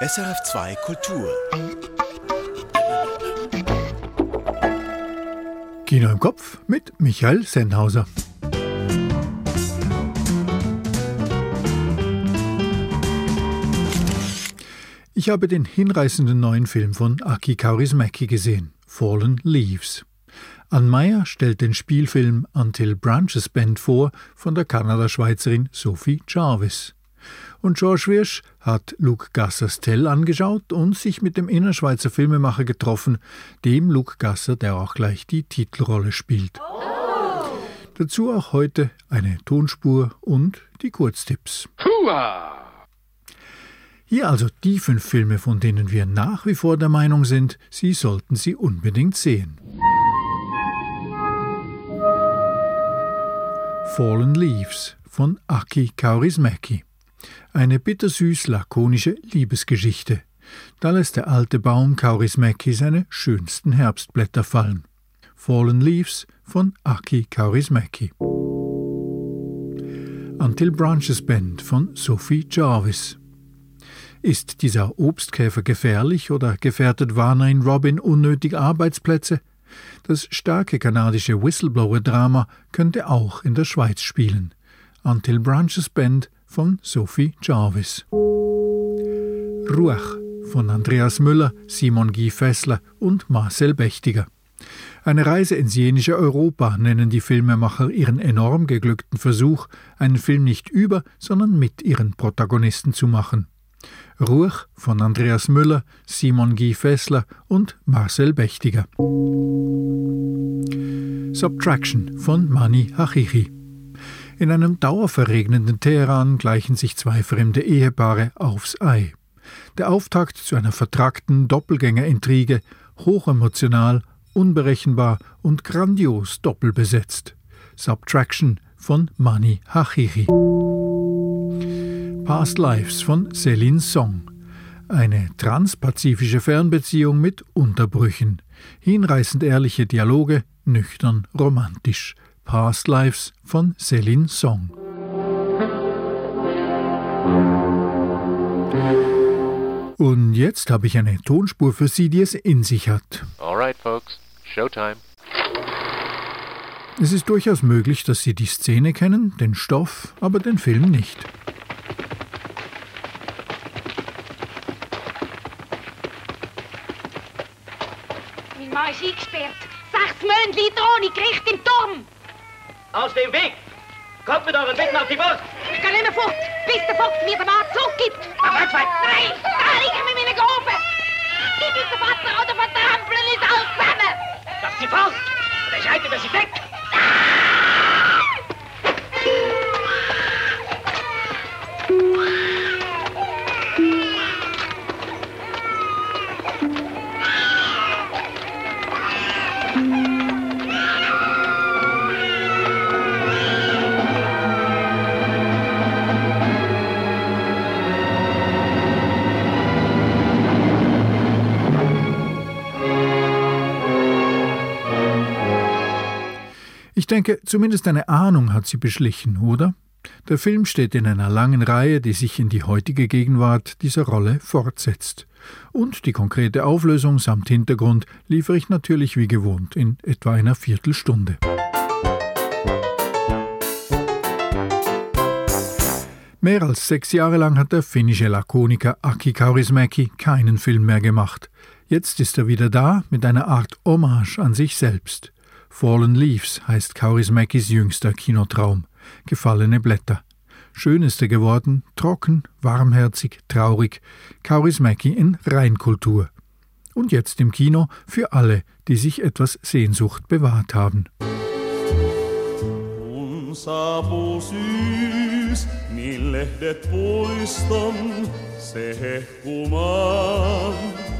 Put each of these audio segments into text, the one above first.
SRF2 Kultur. Kino im Kopf mit Michael Sennhauser. Ich habe den hinreißenden neuen Film von Aki Kaurismäki gesehen, Fallen Leaves. Ann Meyer stellt den Spielfilm Until Branches Bend vor von der Kanada-Schweizerin Sophie Jarvis. Und George Wirsch hat Luc Gassers Tell angeschaut und sich mit dem Innerschweizer Filmemacher getroffen, dem Luc Gasser, der auch gleich die Titelrolle spielt. Dazu auch heute eine Tonspur und die Kurztipps. Hier also die 5 Filme, von denen wir nach wie vor der Meinung sind, Sie sollten sie unbedingt sehen. Fallen Leaves von Aki Kaurismäki. Eine bittersüß-lakonische Liebesgeschichte. Da lässt der alte Baum Kaurismäki seine schönsten Herbstblätter fallen. Fallen Leaves von Aki Kaurismäki. Until Branches Bend von Sophie Jarvis. Ist dieser Obstkäfer gefährlich oder gefährdet Warnerin Robin unnötig Arbeitsplätze? Das starke kanadische Whistleblower-Drama könnte auch in der Schweiz spielen. Until Branches Bend von Sophie Jarvis. Ruach von Andreas Müller, Simon Guy Fessler und Marcel Bechtiger. Eine Reise ins jenische Europa nennen die Filmemacher ihren enorm geglückten Versuch, einen Film nicht über, sondern mit ihren Protagonisten zu machen. Ruach von Andreas Müller, Simon Guy Fessler und Marcel Bechtiger. Subtraction von Mani Hachichi. In einem dauerverregnenden Teheran gleichen sich 2 fremde Ehepaare aufs Ei. Der Auftakt zu einer vertrackten Doppelgängerintrige, hochemotional, unberechenbar und grandios doppelbesetzt. Subtraction von Mani Hachichi. Past Lives von Céline Song. Eine transpazifische Fernbeziehung mit Unterbrüchen. Hinreißend ehrliche Dialoge, nüchtern romantisch. Past Lives von Céline Song. Und jetzt habe ich eine Tonspur für Sie, die es in sich hat. Alright, folks. Showtime. Es ist durchaus möglich, dass Sie die Szene kennen, den Stoff, aber den Film nicht. Mein Mann ist eingesperrt. 6 Monate liegt ohne Gericht im Turm. Aus dem Weg! Kommt mit euren Betten auf die Brust! Ich kann nicht mehr fort, bis der Fuchs mir den Mann zurückgibt. Aber zwei! Nein, da liegen wir in meiner Grube. Gib uns den Vater oder vertrampeln uns alles zusammen. Lasst sie fort! Oder ich halte sie weg! Ich denke, zumindest eine Ahnung hat sie beschlichen, oder? Der Film steht in einer langen Reihe, die sich in die heutige Gegenwart dieser Rolle fortsetzt. Und die konkrete Auflösung samt Hintergrund liefere ich natürlich wie gewohnt in etwa einer Viertelstunde. Mehr als 6 Jahre lang hat der finnische Lakoniker Aki Kaurismäki keinen Film mehr gemacht. Jetzt ist er wieder da mit einer Art Hommage an sich selbst. Fallen Leaves heißt Kaurismäkis jüngster Kinotraum. Gefallene Blätter. Schön ist er geworden, trocken, warmherzig, traurig. Kaurismäki in Reinkultur. Und jetzt im Kino für alle, die sich etwas Sehnsucht bewahrt haben. Kun saapuu syys, niin lehdet puiston, se hehkumaan.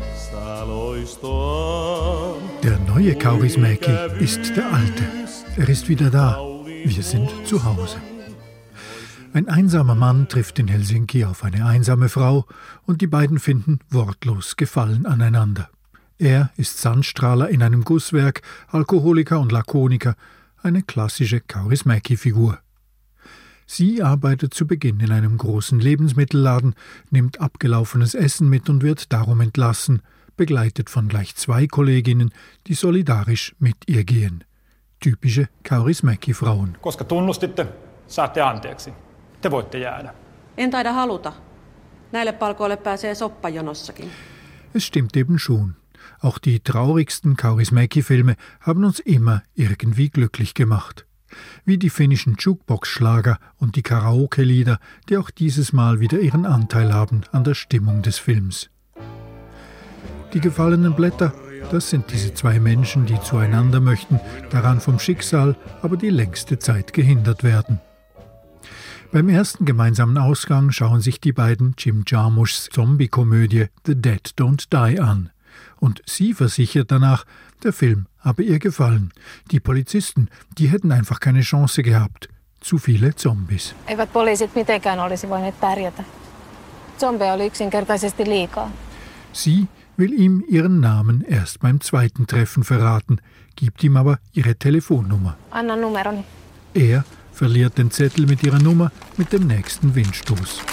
Der neue Kaurismäki ist der alte. Er ist wieder da. Wir sind zu Hause. Ein einsamer Mann trifft in Helsinki auf eine einsame Frau und die beiden finden wortlos Gefallen aneinander. Er ist Sandstrahler in einem Gusswerk, Alkoholiker und Lakoniker, eine klassische Kaurismäki-Figur. Sie arbeitet zu Beginn in einem großen Lebensmittelladen, nimmt abgelaufenes Essen mit und wird darum entlassen, begleitet von gleich 2 Kolleginnen, die solidarisch mit ihr gehen. Typische Kaurismäki-Frauen. Koska tunnustitte, saatte anteeksi. Te voitte jäädä. En taida haluta. Näille palkoille pääsee soppajonossakin. Es stimmt eben schon. Auch die traurigsten Kaurismäki-Filme haben uns immer irgendwie glücklich gemacht. Wie die finnischen Jukebox-Schlager und die Karaoke-Lieder, die auch dieses Mal wieder ihren Anteil haben an der Stimmung des Films. Die gefallenen Blätter, das sind diese 2 Menschen, die zueinander möchten, daran vom Schicksal aber die längste Zeit gehindert werden. Beim ersten gemeinsamen Ausgang schauen sich die beiden Jim Jarmuschs Zombie-Komödie The Dead Don't Die an. Und sie versichert danach, der Film habe ihr gefallen. Die Polizisten, die hätten einfach keine Chance gehabt. Zu viele Zombies. Eivät poliisit mitenkään olisi voineet pärjätä. Zombeja oli yksinkertaisesti liikaa. Sie will ihm ihren Namen erst beim 2. Treffen verraten, gibt ihm aber ihre Telefonnummer. Anna numeroni. Er verliert den Zettel mit ihrer Nummer mit dem nächsten Windstoß.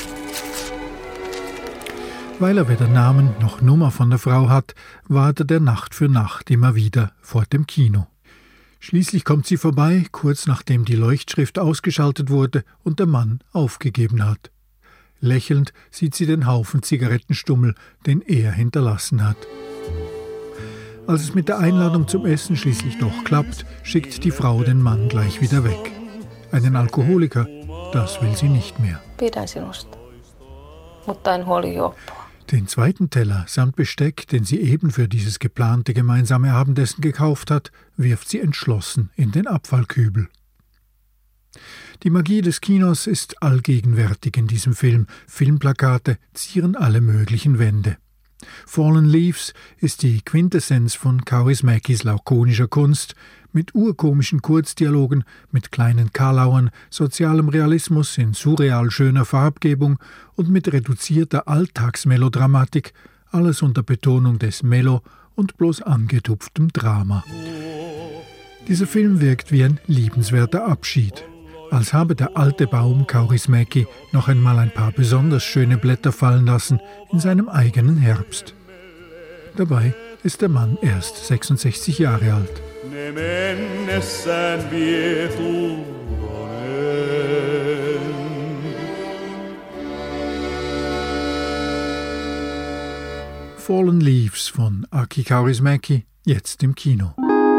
Weil er weder Namen noch Nummer von der Frau hat, wartet er Nacht für Nacht immer wieder vor dem Kino. Schließlich kommt sie vorbei, kurz nachdem die Leuchtschrift ausgeschaltet wurde und der Mann aufgegeben hat. Lächelnd sieht sie den Haufen Zigarettenstummel, den er hinterlassen hat. Als es mit der Einladung zum Essen schließlich doch klappt, schickt die Frau den Mann gleich wieder weg. Einen Alkoholiker, das will sie nicht mehr. Pidän sinusta, mutta en huoli juoppua. Den 2. Teller samt Besteck, den sie eben für dieses geplante gemeinsame Abendessen gekauft hat, wirft sie entschlossen in den Abfallkübel. Die Magie des Kinos ist allgegenwärtig in diesem Film. Filmplakate zieren alle möglichen Wände. Fallen Leaves ist die Quintessenz von Kaurismäkis lakonischer Kunst, mit urkomischen Kurzdialogen, mit kleinen Karlauern, sozialem Realismus in surreal schöner Farbgebung und mit reduzierter Alltagsmelodramatik, alles unter Betonung des Melo und bloß angetupftem Drama. Dieser Film wirkt wie ein liebenswerter Abschied, als habe der alte Baum Kaurismäki noch einmal ein paar besonders schöne Blätter fallen lassen in seinem eigenen Herbst. Dabei ist der Mann erst 66 Jahre alt. Ne mennessään vie tulonen. Fallen Leaves von Aki Kaurismäki, jetzt im Kino.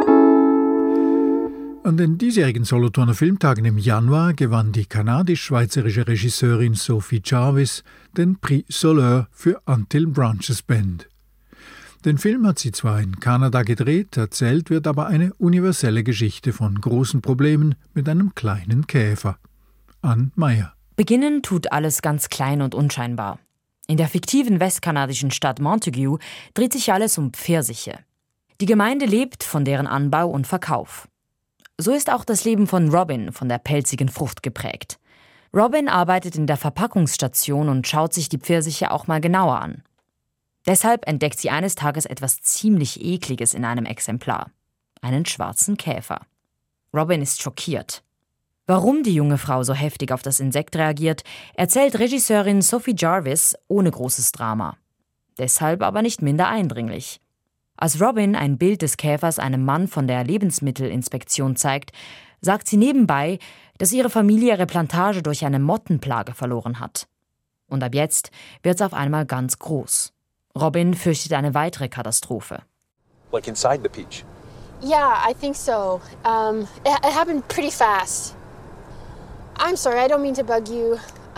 An den diesjährigen Solothurner Filmtagen im Januar gewann die kanadisch-schweizerische Regisseurin Sophie Jarvis den Prix Soleur für Until Branches Bend. Den Film hat sie zwar in Kanada gedreht, erzählt wird aber eine universelle Geschichte von großen Problemen mit einem kleinen Käfer. Ann Meyer. Beginnen tut alles ganz klein und unscheinbar. In der fiktiven westkanadischen Stadt Montague dreht sich alles um Pfirsiche. Die Gemeinde lebt von deren Anbau und Verkauf. So ist auch das Leben von Robin von der pelzigen Frucht geprägt. Robin arbeitet in der Verpackungsstation und schaut sich die Pfirsiche auch mal genauer an. Deshalb entdeckt sie eines Tages etwas ziemlich Ekliges in einem Exemplar. Einen schwarzen Käfer. Robin ist schockiert. Warum die junge Frau so heftig auf das Insekt reagiert, erzählt Regisseurin Sophie Jarvis ohne großes Drama. Deshalb aber nicht minder eindringlich. Als Robin ein Bild des Käfers einem Mann von der Lebensmittelinspektion zeigt, sagt sie nebenbei, dass ihre Familie ihre Plantage durch eine Mottenplage verloren hat. Und ab jetzt wird's auf einmal ganz groß. Robin fürchtet eine weitere Katastrophe. Like inside the peach? Yeah, I think so. It happened pretty fast. I'm sorry, I don't mean to bug you.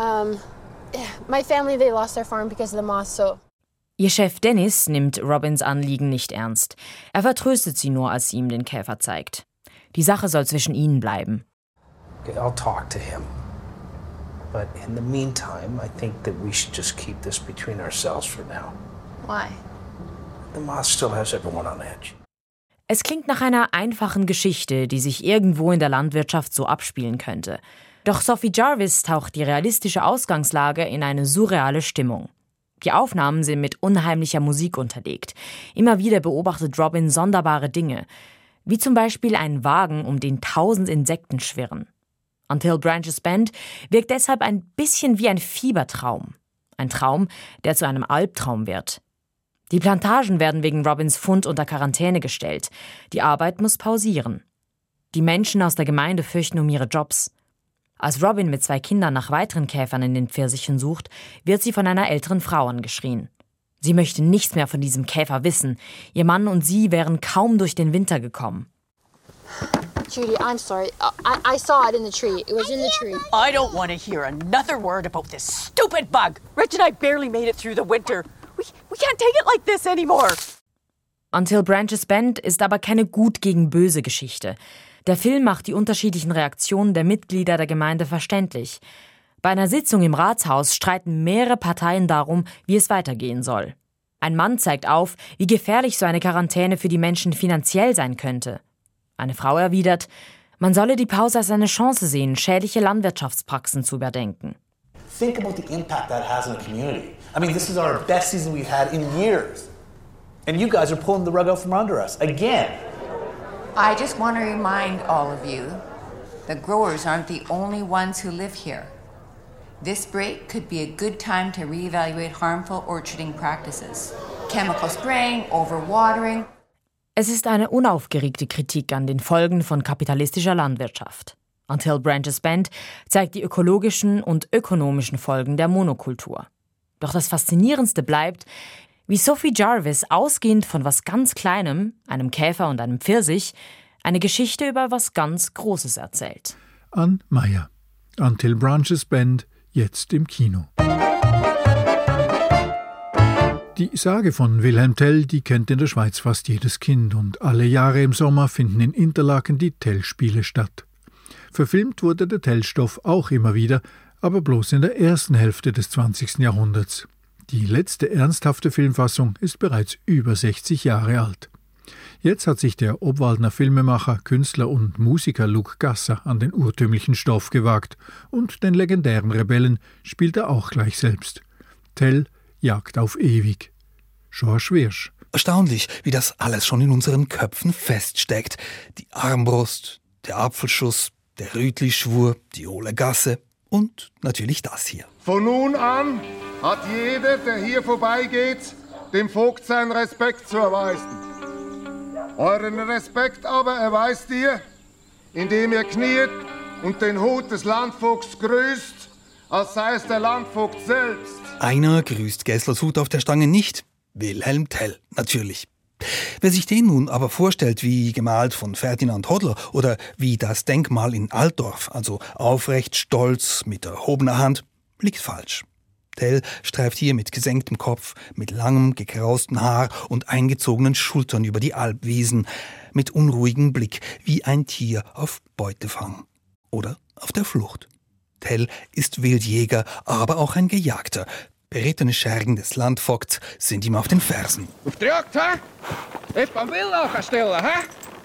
My family, they lost their farm because of the moth, so... Ihr Chef Dennis nimmt Robins Anliegen nicht ernst. Er vertröstet sie nur, als sie ihm den Käfer zeigt. Die Sache soll zwischen ihnen bleiben. Okay, I'll talk to him. But in the meantime, I think that we should just keep this between ourselves for now. Why? The moth still has everyone on edge. Es klingt nach einer einfachen Geschichte, die sich irgendwo in der Landwirtschaft so abspielen könnte. Doch Sophie Jarvis taucht die realistische Ausgangslage in eine surreale Stimmung. Die Aufnahmen sind mit unheimlicher Musik unterlegt. Immer wieder beobachtet Robin sonderbare Dinge, wie zum Beispiel einen Wagen, um den 1000 Insekten schwirren. Until Branches Bend wirkt deshalb ein bisschen wie ein Fiebertraum. Ein Traum, der zu einem Albtraum wird. Die Plantagen werden wegen Robins Fund unter Quarantäne gestellt. Die Arbeit muss pausieren. Die Menschen aus der Gemeinde fürchten um ihre Jobs. Als Robin mit 2 Kindern nach weiteren Käfern in den Pfirsichen sucht, wird sie von einer älteren Frau angeschrien. Sie möchte nichts mehr von diesem Käfer wissen. Ihr Mann und sie wären kaum durch den Winter gekommen. Judy, I'm sorry. I saw it in the tree. It was in the tree. I don't want to hear another word about this stupid bug. Rich and I barely made it through the winter. We can't take it like this anymore. Until Branches Bend ist aber keine gut gegen böse Geschichte. Der Film macht die unterschiedlichen Reaktionen der Mitglieder der Gemeinde verständlich. Bei einer Sitzung im Ratshaus streiten mehrere Parteien darum, wie es weitergehen soll. Ein Mann zeigt auf, wie gefährlich so eine Quarantäne für die Menschen finanziell sein könnte. Eine Frau erwidert, man solle die Pause als eine Chance sehen, schädliche Landwirtschaftspraxen zu überdenken. Think about the impact that has on the community. I mean, this is our best season we've had in years. And you guys are pulling the rug out from under us, again. I just want to remind all of you, the growers aren't the only ones who live here. This break could be a good time to reevaluate harmful orcharding practices. Chemical spraying, overwatering. Es ist eine unaufgeregte Kritik an den Folgen von kapitalistischer Landwirtschaft. Until Branches Bend zeigt die ökologischen und ökonomischen Folgen der Monokultur. Doch das Faszinierendste bleibt, wie Sophie Jarvis ausgehend von was ganz Kleinem, einem Käfer und einem Pfirsich, eine Geschichte über was ganz Großes erzählt. Ann Meyer. Until Branches Bend, jetzt im Kino. Die Sage von Wilhelm Tell, die kennt in der Schweiz fast jedes Kind und alle Jahre im Sommer finden in Interlaken die Tell-Spiele statt. Verfilmt wurde der Tell-Stoff auch immer wieder, aber bloß in der ersten Hälfte des 20. Jahrhunderts. Die letzte ernsthafte Filmfassung ist bereits über 60 Jahre alt. Jetzt hat sich der Obwaldner Filmemacher, Künstler und Musiker Luc Gasser an den urtümlichen Stoff gewagt und den legendären Rebellen spielt er auch gleich selbst. Tell Jagd auf ewig. George Wirsch. Erstaunlich, wie das alles schon in unseren Köpfen feststeckt. Die Armbrust, der Apfelschuss, der Rütli-Schwur, die Hohle Gasse und natürlich das hier. Von nun an hat jeder, der hier vorbeigeht, dem Vogt seinen Respekt zu erweisen. Euren Respekt aber erweist ihr, indem ihr kniet und den Hut des Landvogts grüßt, als sei es der Landvogt selbst. Einer grüßt Gesslers Hut auf der Stange nicht. Wilhelm Tell, natürlich. Wer sich den nun aber vorstellt, wie gemalt von Ferdinand Hodler oder wie das Denkmal in Altdorf, also aufrecht, stolz, mit erhobener Hand, liegt falsch. Tell streift hier mit gesenktem Kopf, mit langem, gekrausten Haar und eingezogenen Schultern über die Alpwiesen, mit unruhigem Blick, wie ein Tier auf Beutefang oder auf der Flucht. Tell ist Wildjäger, aber auch ein Gejagter. Berittene Schergen des Landvogts sind ihm auf den Fersen. Auf die Jagd, hä? Jemand will anstellen, hä?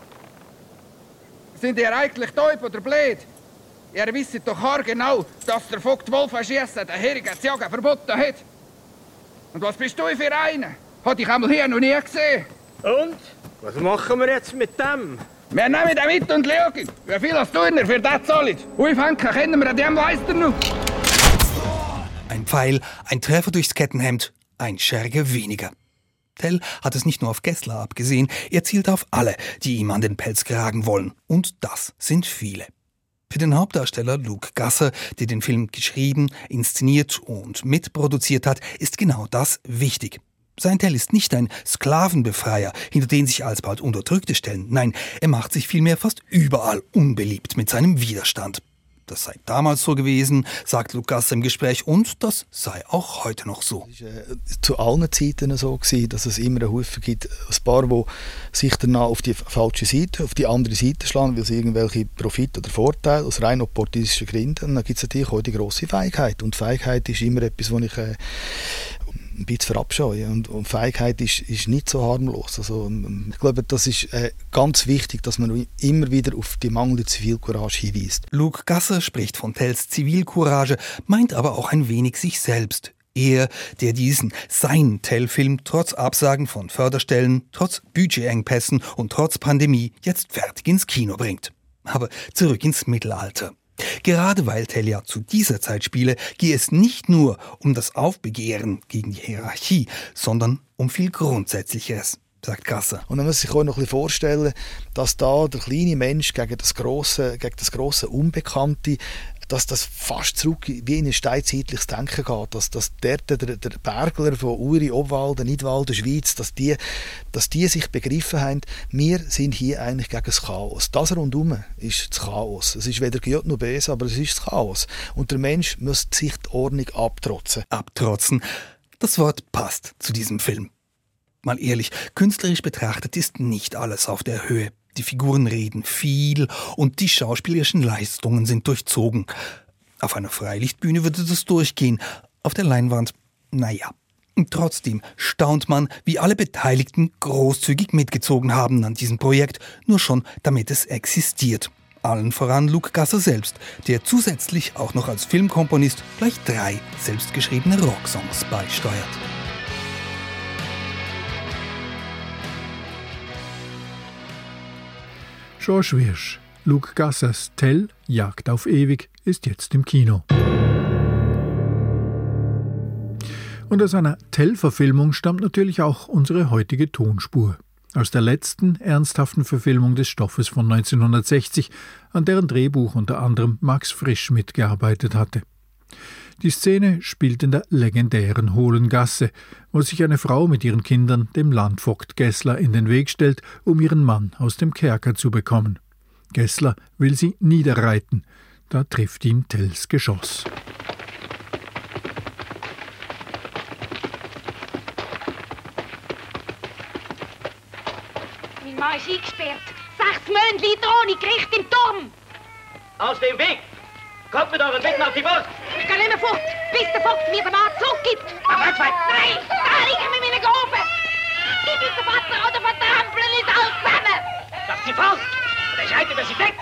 Sind ihr eigentlich taub oder blöd? Ihr wisst doch haargenau, dass der Vogt Wolf erschiessen, der Hering das Jagen verboten hat. Und was bist du für einer? Hat ich einmal hier noch nie gesehen. Und? Was machen wir jetzt mit dem? Wir nehmen den mit und schauen, wie viel hast du für das zahlt. Aufhängen kennen wir an dem Leister noch. Ein Pfeil, ein Treffer durchs Kettenhemd, ein Scherge weniger. Tell hat es nicht nur auf Gessler abgesehen, er zielt auf alle, die ihm an den Pelz kragen wollen. Und das sind viele. Für den Hauptdarsteller Luc Gasser, der den Film geschrieben, inszeniert und mitproduziert hat, ist genau das wichtig. Sein Tell ist nicht ein Sklavenbefreier, hinter den sich alsbald Unterdrückte stellen. Nein, er macht sich vielmehr fast überall unbeliebt mit seinem Widerstand. Das sei damals so gewesen, sagt Luc Gasser im Gespräch, und das sei auch heute noch so. Es war zu allen Zeiten so gewesen, dass es immer einen Haufen gibt, ein paar, die sich danach auf die falsche Seite, auf die andere Seite schlagen, weil sie irgendwelche Profite oder Vorteile aus rein opportunistischen Gründen. Und dann gibt es natürlich auch die grosse Feigheit. Und Feigheit ist immer etwas, was ich ein bisschen verabscheue. Und Feigheit ist nicht so harmlos. Also, ich glaube, das ist ganz wichtig, dass man immer wieder auf die mangelnde Zivilcourage hinweist. Luc Gasser spricht von Tells Zivilcourage, meint aber auch ein wenig sich selbst. Er, der seinen Tell-Film trotz Absagen von Förderstellen, trotz Budgetengpässen und trotz Pandemie jetzt fertig ins Kino bringt. Aber zurück ins Mittelalter. Gerade weil Tell ja zu dieser Zeit spiele, gehe es nicht nur um das Aufbegehren gegen die Hierarchie, sondern um viel Grundsätzlicheres, sagt Gasser. Und man muss sich auch noch ein bisschen vorstellen, dass da der kleine Mensch gegen das grosse Unbekannte, dass das fast zurück wie in ein steinzeitliches Denken geht, dass der Bergler von Uri, Obwalden, Nidwalden, Schweiz, dass die sich begriffen haben, wir sind hier eigentlich gegen das Chaos. Das rundum ist das Chaos. Es ist weder gut noch böse, aber es ist das Chaos. Und der Mensch muss sich die Ordnung abtrotzen. Abtrotzen, das Wort passt zu diesem Film. Mal ehrlich, künstlerisch betrachtet ist nicht alles auf der Höhe. Die Figuren reden viel und die schauspielerischen Leistungen sind durchzogen. Auf einer Freilichtbühne würde das durchgehen, auf der Leinwand, naja. Und trotzdem staunt man, wie alle Beteiligten großzügig mitgezogen haben an diesem Projekt, nur schon damit es existiert. Allen voran Luc Gasser selbst, der zusätzlich auch noch als Filmkomponist gleich 3 selbstgeschriebene Rocksongs beisteuert. George Wirsch, Luc Gassers Tell, Jagd auf ewig, ist jetzt im Kino. Und aus einer Tell-Verfilmung stammt natürlich auch unsere heutige Tonspur. Aus der letzten ernsthaften Verfilmung des Stoffes von 1960, an deren Drehbuch unter anderem Max Frisch mitgearbeitet hatte. Die Szene spielt in der legendären Hohlen Gasse, wo sich eine Frau mit ihren Kindern dem Landvogt Gessler in den Weg stellt, um ihren Mann aus dem Kerker zu bekommen. Gessler will sie niederreiten, da trifft ihn Tells Geschoss. Mein Mann ist eingesperrt. 6 Monate liegt ohne Gericht im Turm. Aus dem Weg! Kommt mit euren Betten auf die Brust! Ich kann nicht mehr fort, bis der Vogt mir den Mann zurückgibt. Nein, da liegen wir mit meinen Groben. Gib uns den Vater oder vertrampeln uns alles zusammen. Lass sie fort! Und ich halte mir sie weg!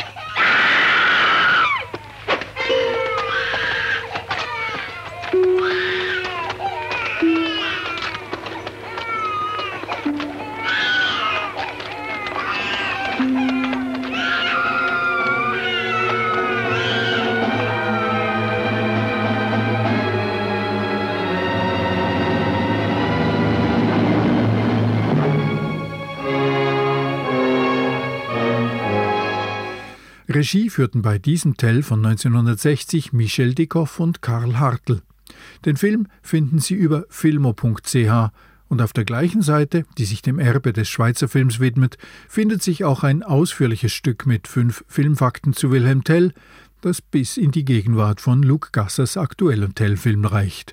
Regie führten bei diesem Tell von 1960 Michel Dickoff und Karl Hartl. Den Film finden Sie über filmo.ch und auf der gleichen Seite, die sich dem Erbe des Schweizer Films widmet, findet sich auch ein ausführliches Stück mit 5 Filmfakten zu Wilhelm Tell, das bis in die Gegenwart von Luc Gassers aktuellen Tell-Film reicht.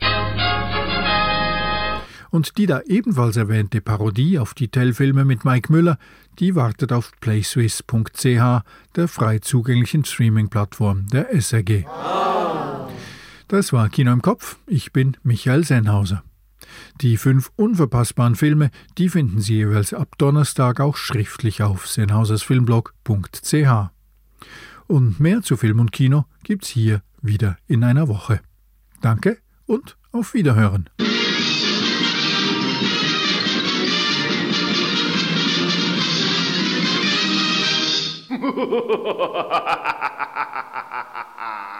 Und die da ebenfalls erwähnte Parodie auf die Tell-Filme mit Mike Müller, die wartet auf playswiss.ch, der frei zugänglichen Streaming-Plattform der SRG. Das war Kino im Kopf. Ich bin Michael Sennhauser. Die 5 unverpassbaren Filme, die finden Sie jeweils ab Donnerstag auch schriftlich auf sennhausersfilmblog.ch. Und mehr zu Film und Kino gibt's hier wieder in einer Woche. Danke und auf Wiederhören.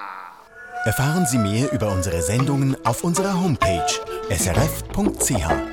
Erfahren Sie mehr über unsere Sendungen auf unserer Homepage srf.ch.